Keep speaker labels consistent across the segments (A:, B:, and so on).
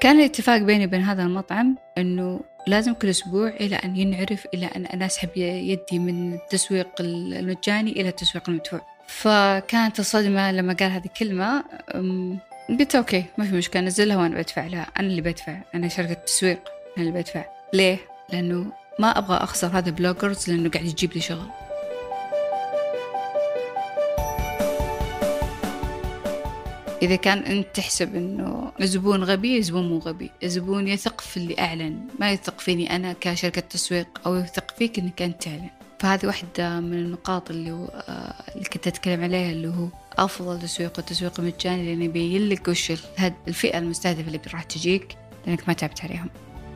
A: فكان الاتفاق بيني وبين هذا المطعم أنه لازم كل أسبوع إلى أن ينعرف، إلى أن أنا أسحب يدي من التسويق المجاني إلى التسويق المدفوع. فكانت الصدمة لما قال هذه الكلمة. قلت أوكي ما في مشكلة، نزلها وأنا بدفع لها، أنا اللي بدفع، أنا شركة التسويق أنا اللي بدفع. ليه؟ لأنه ما أبغى أخسر هذا بلوجرز لأنه قاعد يجيب لي شغل. إذا كان أنت تحسب إنه الزبون غبي، الزبون مو غبي، الزبون يثق في اللي أعلن، ما يثق فيني أنا كشركة تسويق، أو يثق فيك إنك أنت تعلن. فهذه واحدة من النقاط اللي كنت أتكلم عليها، اللي هو أفضل تسويق والتسويق المجاني، لأنه يبين لك وش الفئة المستهدفة اللي راح تجيك لأنك ما تعبت عليهم.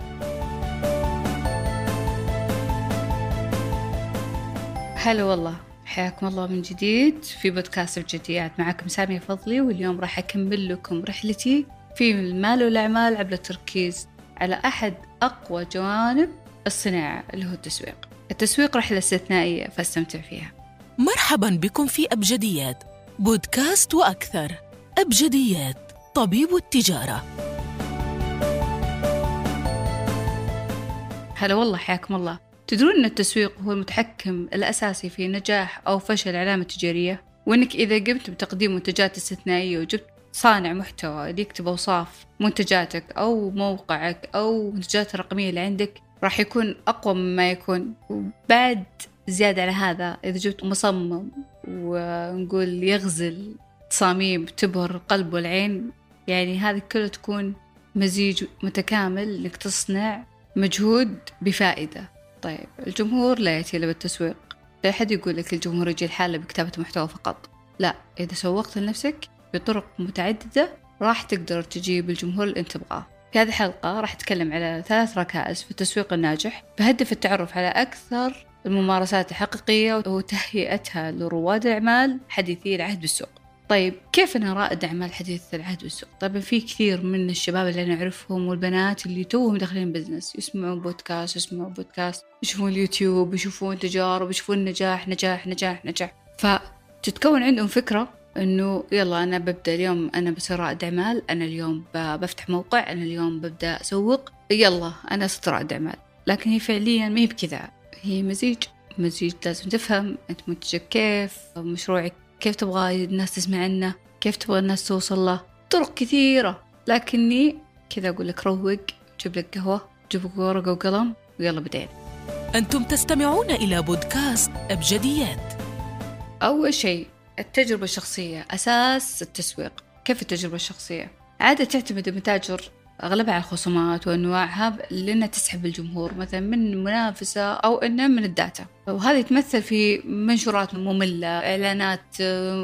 A: هلا والله، حياكم الله من جديد في بودكاست الجديات. معكم سامية فضلي، واليوم راح أكمل لكم رحلتي في المال والأعمال عبر التركيز على أحد أقوى جوانب الصناعة اللي هو التسويق. التسويق رحلة استثنائية فاستمتع فيها.
B: مرحبا بكم في أبجديات، بودكاست وأكثر. أبجديات، طبيب التجارة.
A: هلا والله، حياكم الله. تدرون أن التسويق هو المتحكم الأساسي في نجاح أو فشل علامة تجارية، وأنك إذا قمت بتقديم منتجات استثنائية وجبت صانع محتوى اللي يكتب أوصاف منتجاتك أو موقعك أو منتجات الرقمية اللي عندك، راح يكون أقوى مما يكون. وبعد زيادة على هذا، إذا جبت مصمم ونقول يغزل تصاميم تبهر القلب والعين، يعني هذه كلها تكون مزيج متكامل لك تصنع مجهود بفائدة. طيب الجمهور لا يأتي إلا بالتسويق. لا أحد يقول لك الجمهور يجي الحالة بكتابة محتوى فقط، لا، إذا سوقت لنفسك بطرق متعددة راح تقدر تجيب الجمهور اللي أنت تبغاه. في هذه الحلقة راح أتكلم على 3 ركائز في التسويق الناجح، بهدف التعرف على أكثر الممارسات الحقيقية وتهيئتها لرواد الأعمال حديثي العهد بالسوق. طيب كيف أنا رائد أعمال حديث العهد بالسوق؟ طبعا في كثير من الشباب اللي نعرفهم والبنات اللي توهم داخلين بزنس يسمعون بودكاست، يشوفون اليوتيوب، يشوفون تجارب، يشوفون نجاح. فتتكون عندهم فكرة إنه يلا أنا ببدأ اليوم، أنا بصير رائد أعمال، أنا اليوم بفتح موقع، أنا اليوم ببدأ أسوق، يلا أنا صرت رائد أعمال. لكن هي فعليا ما هي بكذا، هي مزيج. لازم تفهم أنت منتجك كيف، مشروعك كيف تبغى الناس تسمع عنه، كيف تبغى الناس توصل له، طرق كثيرة. لكني كذا أقول لك روق، جيب لك قهوة، جيب لك ورقة وقلم، ويلا بدينا.
B: أنتم تستمعون إلى بودكاست أبجديات.
A: أول شيء التجربة الشخصية أساس التسويق. كيف التجربة الشخصية؟ عادة تعتمد المتاجر أغلبها على الخصومات وأنواعها لأنها تسحب الجمهور، مثلا من منافسة أو إنها من الداتا، وهذا يتمثل في منشورات مملة، إعلانات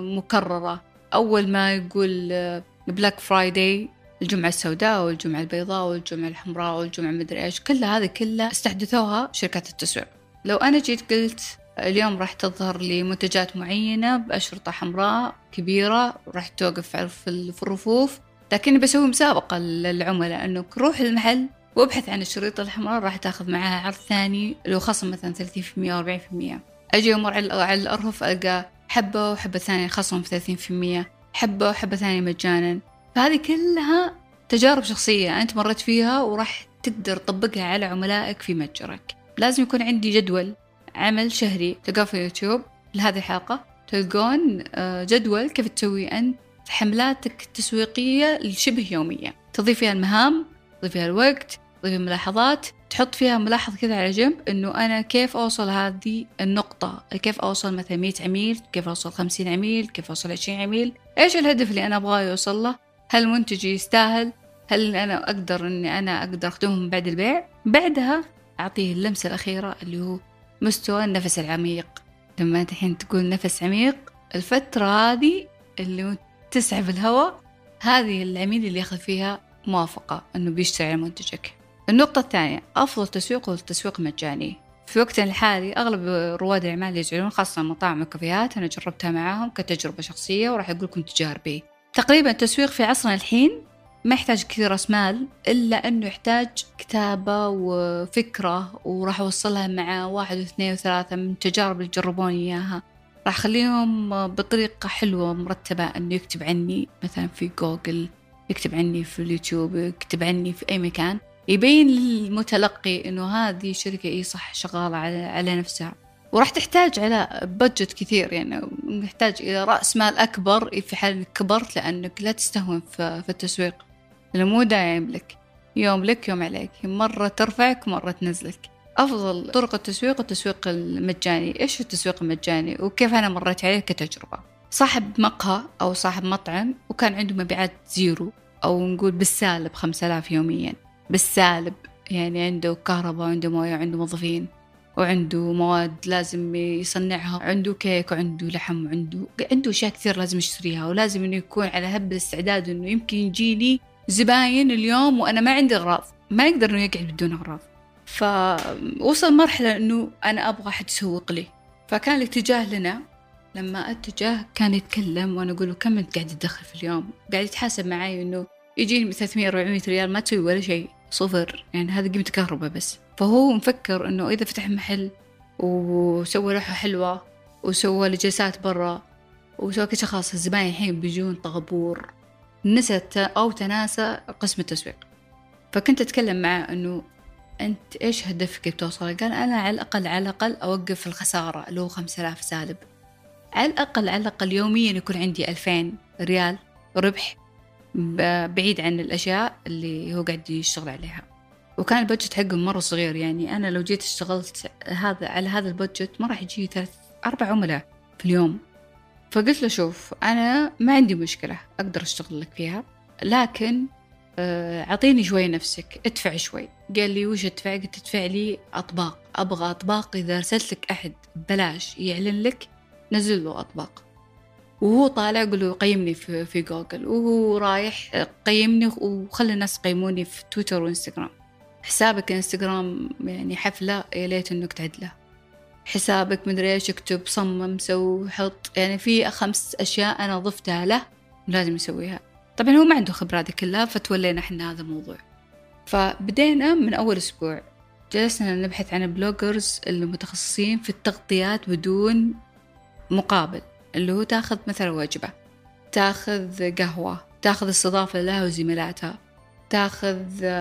A: مكررة. أول ما يقول بلاك فرايداي، الجمعة السوداء والجمعة البيضاء والجمعة الحمراء والجمعة مدري إيش، كلها استحدثوها شركات التسويق. لو أنا جيت قلت اليوم راح تظهر لي منتجات معينة بأشرطة حمراء كبيرة راح توقف في الرفوف، لكني بسوي مسابقة للعملاء أنه روح المحل وابحث عن الشريطة الحمراء، راح تاخذ معها عرض ثاني لو خصم مثلا 30% و 40%. أجي أمر على الأرفف ألقى حبة وحبة ثانية خصم في 30%، حبة وحبة ثانية مجانا. فهذه كلها تجارب شخصية أنت مرت فيها وراح تقدر تطبقها على عملائك في متجرك. لازم يكون عندي جدول عمل شهري، تلقاه في يوتيوب لهذه الحلقة، تلقون جدول كيف تسوي أنت حملاتك التسويقية الشبه يومية، تضيف فيها المهام، تضيف فيها الوقت، تضيف فيها ملاحظات، تحط فيها ملاحظ كذا على جنب إنه أنا كيف أوصل هذه النقطة، كيف أوصل مثلا 100 عميل، كيف أوصل 50 عميل، كيف أوصل 20 عميل، إيش الهدف اللي أنا أبغاه يوصل له، هل منتجي يستاهل، هل أنا أقدر أخدمهم بعد البيع. بعدها أعطيه اللمسة الأخيرة اللي هو مستوى النفس العميق. لما أنت الحين تقول نفس عميق، الفترة هذه اللي تسحب الهواء، هذه العميل اللي ياخذ فيها موافقة أنه بيشتري منتجك. النقطة الثانية، أفضل تسويق هو التسويق المجاني. في وقتنا الحالي أغلب رواد الأعمال يزعلون، خاصة مطاعم والكافيهات، أنا جربتها معاهم كتجربة شخصية وراح أقول لكم تجاربي. تقريبا التسويق في عصرنا الحين ما يحتاج كثير رأس مال، إلا أنه يحتاج كتابة وفكرة، وراح أوصلها مع 1 و2 و3 من تجارب اللي جربون إياها. راح أخليهم بطريقة حلوة مرتبة أنه يكتب عني مثلا في جوجل، يكتب عني في اليوتيوب، يكتب عني في أي مكان، يبين للمتلقي إنه هذه شركة إيه صح شغالة على نفسها. وراح تحتاج على بادجت كثير، يعني نحتاج إلى رأس مال أكبر في حال إنك كبرت، لأنك لا تستهون في التسويق، لأنه مو دايم لك، يوم لك يوم عليك، مرة ترفعك مرة تنزلك. أفضل طرق التسويق المجاني. إيش التسويق المجاني وكيف أنا مريت عليه كتجربة؟ صاحب مقهى أو صاحب مطعم وكان عنده مبيعات زيرو، أو نقول بالسالب 5000 يوميا، بالسالب، يعني عنده كهرباء وعنده موية وعنده موظفين وعنده مواد لازم يصنعها، عنده كيك وعنده لحم وعنده أشياء كثير لازم يشتريها، ولازم إنه يكون على هب الاستعداد إنه يمكن يجيني زباين اليوم وأنا ما عندي أغراض، ما يقدر إنه يقعد بدون أغراض. فوصل مرحلة إنه أنا أبغى أحد يسوق لي. فكان الاتجاه لنا، لما أتجاه كان يتكلم وأنا أقول له كم أنت قاعد تدخل في اليوم؟ قاعد يتحاسب معي إنه يجيني 300-400 ريال ما تسوي ولا شيء، صفر، يعني هذا قيمة كهرباء بس. فهو مفكر إنه إذا فتح محل وسوى لوحة حلوة وسوى لجلسات برا وسوى كذا خلاص الزباين الحين بيجون طغبور، نسيت أو تناسى قسم التسويق. فكنت أتكلم معه إنه أنت إيش هدفك بتوصل؟ قال أنا على الأقل أوقف الخسارة اللي هو 5000 سالب، على الأقل يوميا يكون عندي 2000 ريال ربح بعيد عن الأشياء اللي هو قاعد يشتغل عليها. وكان البادجت حقه مرة صغير، يعني أنا لو جيت اشتغلت على هذا البادجت ما راح يجي 3-4 عملاء في اليوم. فقلت له شوف أنا ما عندي مشكلة أقدر أشتغل لك فيها، لكن عطيني شوي نفسك، ادفع شوي. قال لي وش ادفع؟ قلت ادفع لي أطباق، أبغى أطباق إذا أرسلت لك أحد بلاش يعلن لك نزل له أطباق. وهو طالع قل له قيمني في جوجل، وهو رايح قيمني وخلي الناس قيموني في تويتر وإنستغرام. حسابك إنستغرام يعني حفلة، يا ليت إنك تعدله. حسابك مدري إيش، اكتب صمم سو حط، يعني في 5 أشياء أنا ضفتها له لازم يسويها. طبعا هو ما عنده خبرة دي كلها، فتولينا إحنا هذا الموضوع. فبدينا من أول أسبوع جلسنا نبحث عن بلوجرز المتخصصين في التغطيات بدون مقابل، اللي هو تاخذ مثلا وجبة، تاخذ قهوة، تاخذ استضافة لها وزميلاتها، تاخذ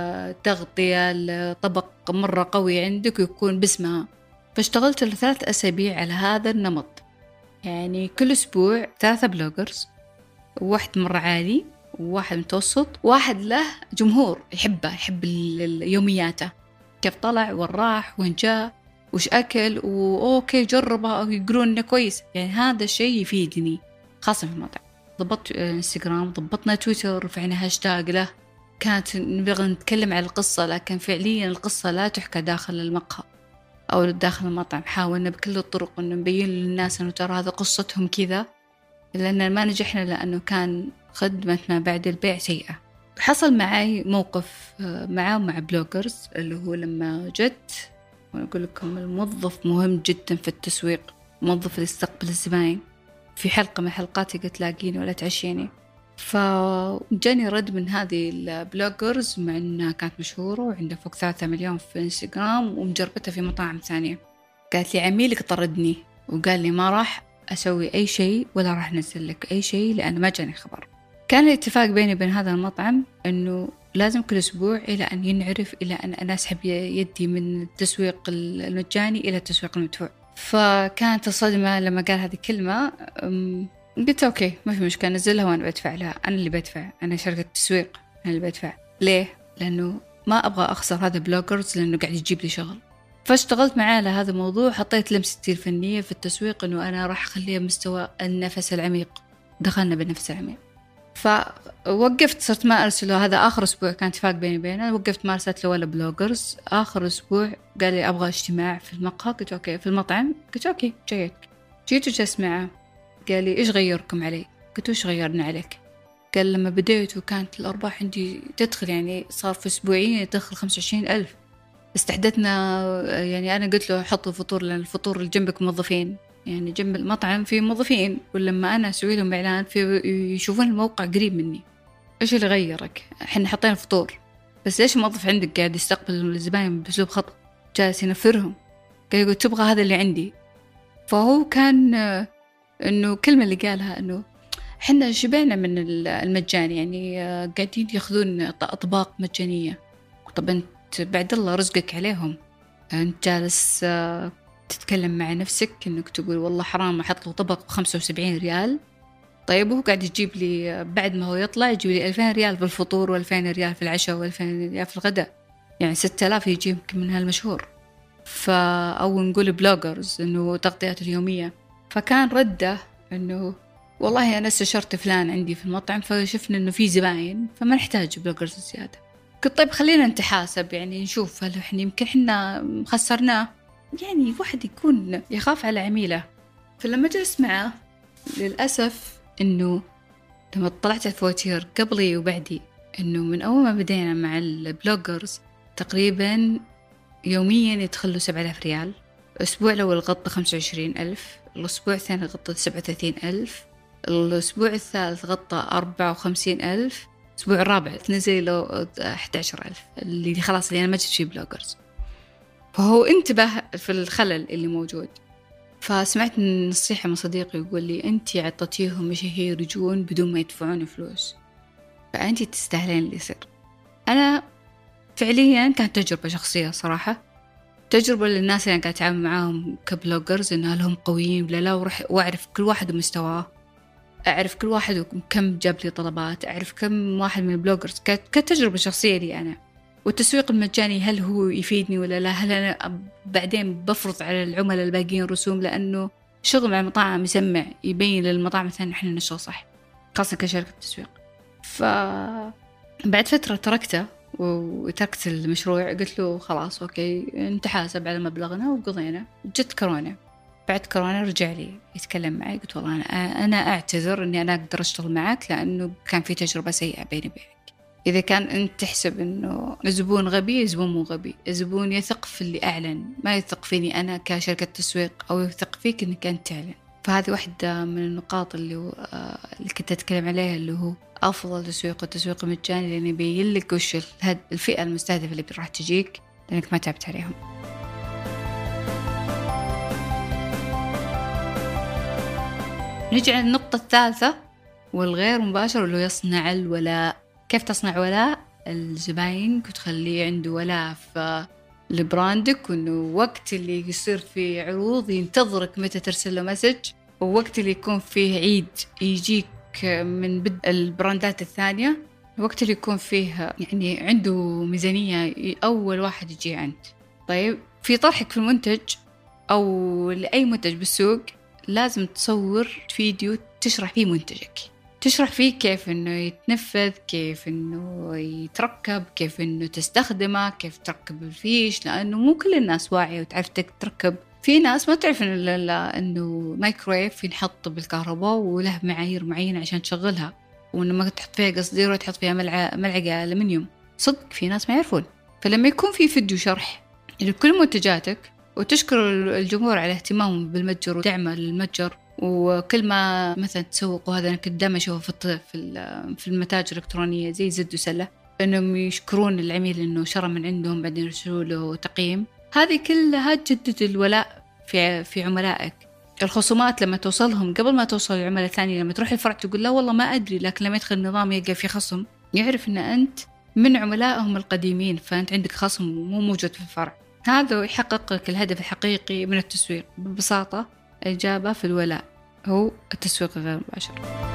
A: تغطية لطبق مرة قوي عندك ويكون باسمها. فاشتغلت 3 أسابيع على هذا النمط، يعني كل أسبوع 3 بلوجرز، واحد مرة عالي وواحد متوسط، واحد له جمهور يحب اليومياته، كيف طلع وراح وين جاء وش أكل وأوكي جربه أو يقولون إنه كويس. يعني هذا الشيء يفيدني خاصة في المطعم. ضبطت إنستغرام، ضبطنا تويتر، رفعنا هاشتاج له. كانت نبغى نتكلم على القصة، لكن فعليا القصة لا تحكى داخل المقهى أو داخل المطعم. حاولنا بكل الطرق إنه نبين للناس إنه ترى هذا قصتهم كذا، لأن ما نجحنا لأنه كان خدمة ما بعد البيع سيئة. حصل معي موقف مع بلوجرز، اللي هو لما جت، وأنا أقول لكم الموظف مهم جدا في التسويق، موظف اللي يستقبل الزباين. في حلقة من حلقاتي قلت لاقيني ولا تعشيني، فجاني رد من هذه البلوجرز مع أنها كانت مشهورة وعندها فوق 3 مليون في إنستغرام ومجربتها في مطاعم ثانية. قالت لي عميلك طردني وقال لي ما راح أسوي أي شيء ولا راح أنزل لك أي شيء لأن ما جاني خبر. كان الاتفاق بيني وبين هذا المطعم أنه لازم كل أسبوع إلى أن ينعرف، إلى أن أنا أسحب يدي من التسويق المجاني إلى التسويق المدفوع. فكانت الصدمة لما قال هذه الكلمة. قلت أوكي ما في مشكلة، نزلها وأنا بدفع لها، أنا اللي بدفع، أنا شركة تسويق، أنا اللي بدفع. ليه؟ لأنه ما أبغى أخسر هذا بلوجرز لأنه قاعد يجيب لي شغل. فاشتغلت معاه على هذا الموضوع، حطيت لمستي الفنية في التسويق أنه أنا راح أخليها مستوى النفس العميق. دخلنا بالنفس العميق، فوقفت، صرت ما أرسله. هذا آخر أسبوع كان اتفاق بيني وبينه، وقفت ما أرسلت له ولا بلوجرز. آخر أسبوع قال لي أبغى اجتماع في المقهى. قلت أوكي. في المطعم قلت أوكي جيت وجلست معه. قال لي إيش غيركم علي؟ قلت وش غيرنا عليك؟ قال لما بديت وكانت الأرباح عندي تدخل، يعني صار في أسبوعين يدخل 25,000. استحدثنا، يعني أنا قلت له حط الفطور، لأن الفطور اللي جنبك موظفين، يعني جنب المطعم في موظفين، ولما أنا أسوي لهم إعلان في يشوفون الموقع قريب مني. إيش اللي غيرك؟ إحنا حطينا فطور، بس ليش الموظف عندك قاعد يستقبل الزباين بأسلوب خطأ، جالس ينفرهم؟ قال يقول تبغى هذا اللي عندي. فهو كان إنه كلمة اللي قالها إنه حنا شبعنا من المجاني، يعني قاعدين ياخذون أطباق مجانية. طب أنت بعد الله رزقك عليهم، أنت جالس تتكلم مع نفسك إنك تقول والله حرام أحط له طبق ب75 ريال. طيب هو قاعد يجيب لي بعد ما هو يطلع يجيب لي 2000 ريال في الفطور و2000 ريال في العشاء و2000 ريال في الغداء، يعني 6000 يجي يمكن من هالمشهور. أو نقول بلوجرز إنه تغطيات اليومية. فكان رده إنه والله أنا استشرت فلان عندي في المطعم فشفنا إنه في زباين فما نحتاج بلوجرز زيادة. قلت طيب خلينا نتحاسب، يعني نشوف هل إحنا يمكن إحنا خسرناه. يعني واحد يكون يخاف على عميله. فلما جلست معه للأسف إنه لما طلعت الفواتير قبلي وبعدي، إنه من أول ما بدينا مع البلوجرز تقريبا يوميا يدخلوا 7000 ريال. الأسبوع الأول غطى 25,000، الأسبوع الثاني غطى 37,000، الأسبوع الثالث غطى 54,000، الأسبوع الرابع تنزل له 11,000 اللي خلاص اللي أنا ما جبت فيه بلوجرز. فهو انتبه في الخلل اللي موجود. فسمعت نصيحة من صديقي يقول لي أنتي عطتيهم مشاهير يجون بدون ما يدفعون فلوس، فأنتي تستاهلين اللي يصير. أنا فعليا كانت تجربة شخصية صراحة، تجربة للناس اللي أنا قاعد أتعامل معاهم كبلوجرز، إنها لهم قويين ولا لا، وأعرف كل واحد ومستواه، أعرف كل واحد وكم جاب لي طلبات، أعرف كم واحد من البلوجرز. كانت تجربة شخصية لي أنا. والتسويق المجاني هل هو يفيدني ولا لا؟ هل أنا بعدين بفرض على العملاء الباقيين رسوم؟ لأنه شغل مع المطاعم يسمع يبين للمطاعم الثانية إحنا نشتغل صح، خاصة كشركة تسويق. فبعد فترة تركته وتركت المشروع. قلت له خلاص أوكي نتحاسب على مبلغنا وقضينا. جت كورونا. بعد كورونا رجع لي يتكلم معي، قلت والله أنا أعتذر إني أنا أقدر أشتغل معك لأنه كان في تجربة سيئة بيني وبينك. إذا كان أنت تحسب إنه الزبون غبي، الزبون مو غبي، الزبون يثق في اللي أعلن، ما يثق فيني أنا كشركة تسويق، أو يثق فيك إنك أنت تعلن. فهذه واحدة من النقاط اللي كنت أتكلم عليها، اللي هو أفضل تسويق والتسويق المجاني، لأنه يبين لك وش الفئة المستهدفة اللي راح تجيك لأنك ما تعبت عليهم. نجي على النقطة الثالثة والغير مباشر، اللي هو يصنع الولاء. كيف تصنع ولاء الزباين وتخليه عنده ولاء في البراندك، وإنه وقت اللي يصير فيه عروض ينتظرك متى ترسل له مسج، ووقت اللي يكون فيه عيد يجيك من بدء البراندات الثانية، وقت اللي يكون فيه يعني عنده ميزانية أول واحد يجي عند. طيب في طرحك في المنتج أو لأي منتج بالسوق لازم تصور فيديو تشرح فيه منتجك، تشرح فيه كيف إنه يتنفذ، كيف إنه يتركب، كيف إنه تستخدمه، كيف تركب الفيش، لأنه مو كل الناس واعية وتعرف تركب. في ناس ما تعرف إنه مايكرويف ينحط بالكهرباء وله معايير معينة عشان تشغلها، وإنه ما تحط فيها قصدير وتحط فيها ملعقة ألمنيوم. صدق في ناس ما يعرفون. فلما يكون في فيديو شرح لكل منتجاتك، وتشكر الجمهور على اهتمامهم بالمتجر ودعمه للمتجر، وكل ما مثلا تسوق، وهذا أنا كنت دائما أشوفه في المتاجر الإلكترونية زي زد وسلة، إنهم يشكرون العميل إنه شرى من عندهم بعدين يرسلوا له تقييم. هذه كلها تجدد الولاء في عملائك. الخصومات لما توصلهم قبل ما توصل العملاء الثاني، لما تروح الفرع تقول لا والله ما أدري، لكن لما يدخل النظام يلقى في خصم، يعرف إن أنت من عملائهم القديمين، فأنت عندك خصم مو موجود في الفرع. هذا يحقق لك الهدف الحقيقي من التسويق. ببساطة الإجابة في الولاء هو التسويق غير مباشر.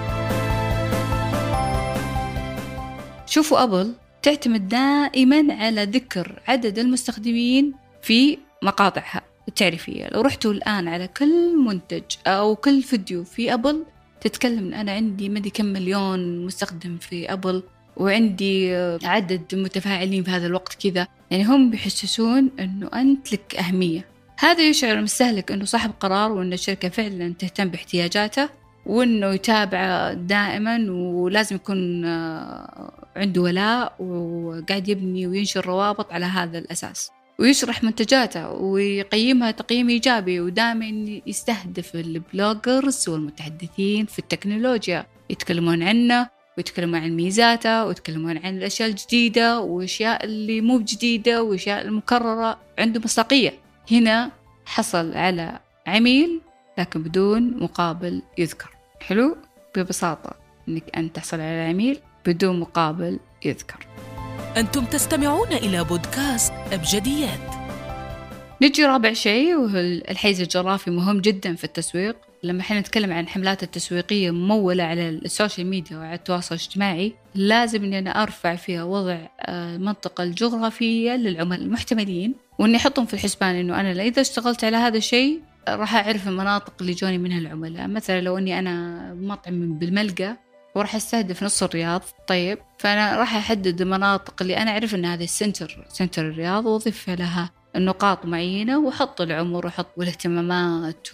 A: شوفوا أبل تعتمد دائما على ذكر عدد المستخدمين في مقاطعها التعريفية. لو رحتوا الآن على كل منتج أو كل فيديو في أبل تتكلم أنا عندي مدي كم مليون مستخدم في أبل، وعندي عدد متفاعلين في هذا الوقت كذا. يعني هم بيحسسون أنه أنت لك أهمية. هذا يشعر المستهلك أنه صاحب قرار، وأن الشركة فعلا تهتم باحتياجاته، وأنه يتابع دائما، ولازم يكون عنده ولاء، وقاعد يبني وينشر روابط على هذا الأساس، ويشرح منتجاته ويقيمها تقييم إيجابي، ودائما يستهدف البلوجرز والمتحدثين في التكنولوجيا، يتكلمون عنه ويتكلمون عن ميزاته، ويتكلمون عن الأشياء الجديدة وأشياء اللي مو جديدة وأشياء المكررة، عنده مصداقية. هنا حصل على عميل لكن بدون مقابل يذكر. حلو؟ ببساطة أنك أن تحصل على عميل بدون مقابل يذكر.
B: أنتم تستمعون إلى بودكاست أبجديات.
A: نجي رابع شيء، وهو الحيز الجغرافي مهم جدا في التسويق. لما احنا نتكلم عن حملات التسويقية ممولة على السوشيال ميديا وعلى التواصل الاجتماعي، لازم أني أنا أرفع فيها وضع المنطقة الجغرافية للعملاء المحتملين، وأني أحطهم في الحسبان أنه أنا إذا اشتغلت على هذا الشيء راح أعرف المناطق اللي جوني منها العملاء. مثلا لو أني أنا مطعم بالملقا وراح أستهدف نص الرياض، طيب فأنا راح أحدد المناطق اللي أنا أعرف أن هذه سنتر الرياض، وأضيف لها النقاط معينة، وحط العمر وحط والاهتمامات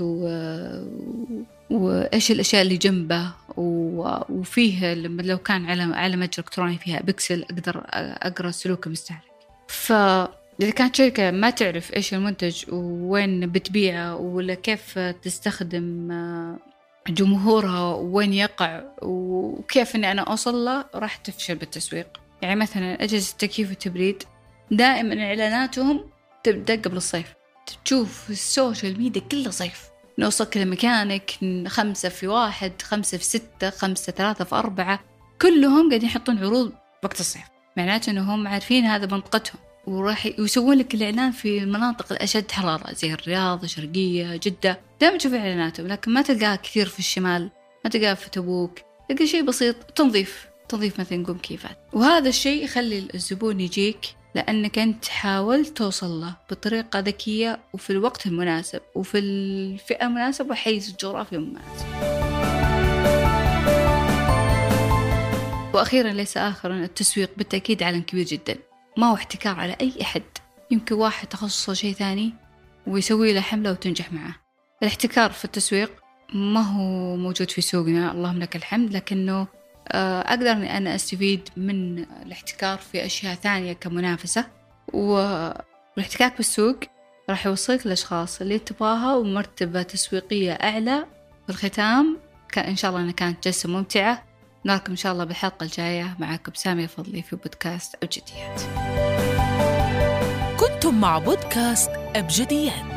A: وإيش الأشياء اللي جنبه، وفيه لو كان على متجر إلكتروني فيها بيكسل أقدر أقرأ سلوك المستهلك. فإذا كانت شركة ما تعرف إيش المنتج وين بتبيعه ولا كيف تستخدم جمهورها وين يقع وكيف إني أنا أوصل له، راح تفشل بالتسويق. يعني مثلا أجهزة التكييف والتبريد دائما إعلاناتهم تبدأ قبل الصيف، تشوف السوشيال ميديا كله صيف، نوصل كل مكانك 5 في 1 5 في 6 5 3 في 4، كلهم قاعدين يحطون عروض وقت الصيف، معناته أنهم عارفين هذا منطقتهم، وراح يسوون لك الإعلان في المناطق الأشد حرارة زي الرياض، الشرقية، جدة، دائما تشوف إعلاناتهم، لكن ما تلقاها كثير في الشمال، ما تلقاها في تبوك، تلقى شيء بسيط، تنظيف مثلا نقوم كيفات. وهذا الشيء يخلي الزبون يجيك لأنك أنت حاولت توصل له بطريقة ذكية وفي الوقت المناسب وفي الفئة المناسبة وحيز الجغرافي المناسب. وأخيرا ليس آخرا، التسويق بالتأكيد عالم كبير جدا، ما هو احتكار على أي أحد. يمكن واحد تخصصه شيء ثاني ويسوي له حملة وتنجح معه. الاحتكار في التسويق ما هو موجود في سوقنا اللهم لك الحمد، لكنه أقدر أني أنا أستفيد من الاحتكار في أشياء ثانية كمنافسة، والاحتكاك بالسوق راح يوصلك للأشخاص اللي تبغاها ومرتبة تسويقية أعلى. في الختام كان إن شاء الله أنها كانت جلسة ممتعة، نراكم إن شاء الله بالحلقة الجاية. معكم سامية فضلي في بودكاست أبجديات.
B: كنتم مع بودكاست أبجديات.